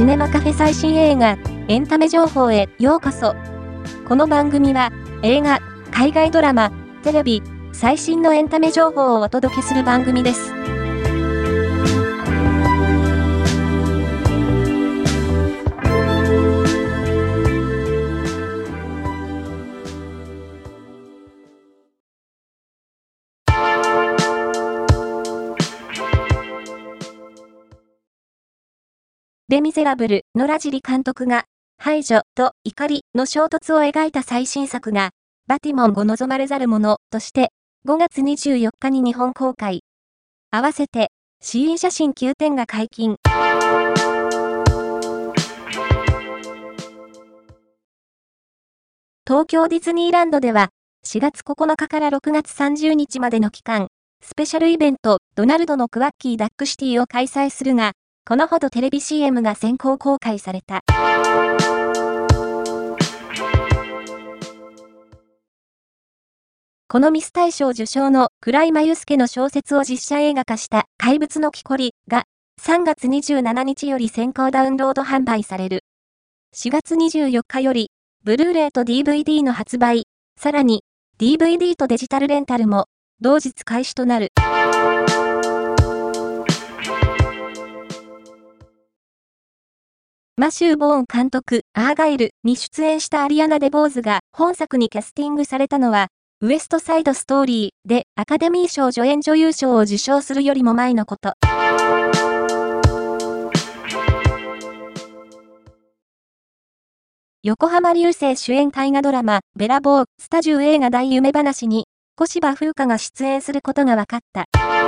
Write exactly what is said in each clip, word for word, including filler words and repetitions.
シネマカフェ最新映画、エンタメ情報へようこそ。この番組は、映画、海外ドラマ、テレビ、最新のエンタメ情報をお届けする番組です。レ・ミゼラブルのラジリ監督が、排除と怒りの衝突を描いた最新作が、バティモンを望まれざるものとして、ごがつにじゅうよっかに日本公開。合わせて、試飲写真きゅうてんが解禁。東京ディズニーランドでは、しがつここのかからろくがつさんじゅうにちまでの期間、スペシャルイベント、ドナルドのクワッキーダックシティを開催するが、このほどテレビ シーエム が先行公開された。このミス大賞受賞の倉井真由介の小説を実写映画化した怪物の木こりがさんがつにじゅうしちにちより先行ダウンロード販売される。しがつにじゅうよっかよりブルーレイと ディーブイディー の発売、さらに ディーブイディー とデジタルレンタルも同日開始となる。マシュー・ボーン監督、アーガイルに出演したアリアナ・デボーズが本作にキャスティングされたのは、ウエストサイド・ストーリーでアカデミー賞助演女優賞を受賞するよりも前のこと。横浜流星主演大河ドラマ、べらぼうスタジオ映画大夢話に、小芝風花が出演することが分かった。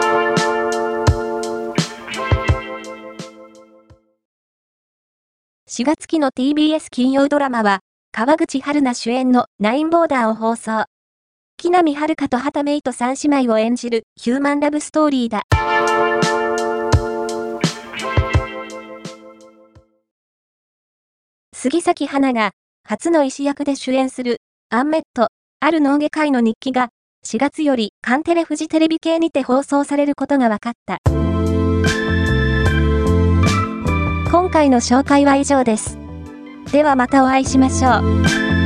しがつ期の ティービーエス 金曜ドラマは、川口春奈主演のナインボーダーを放送。木南晴夏と畑芽育三姉妹を演じるヒューマンラブストーリーだ。杉咲花が初の医師役で主演するアンメット、ある脳外科医の日記がしがつよりカンテレフジテレビ系にて放送されることが分かった。今回の紹介は以上です。ではまたお会いしましょう。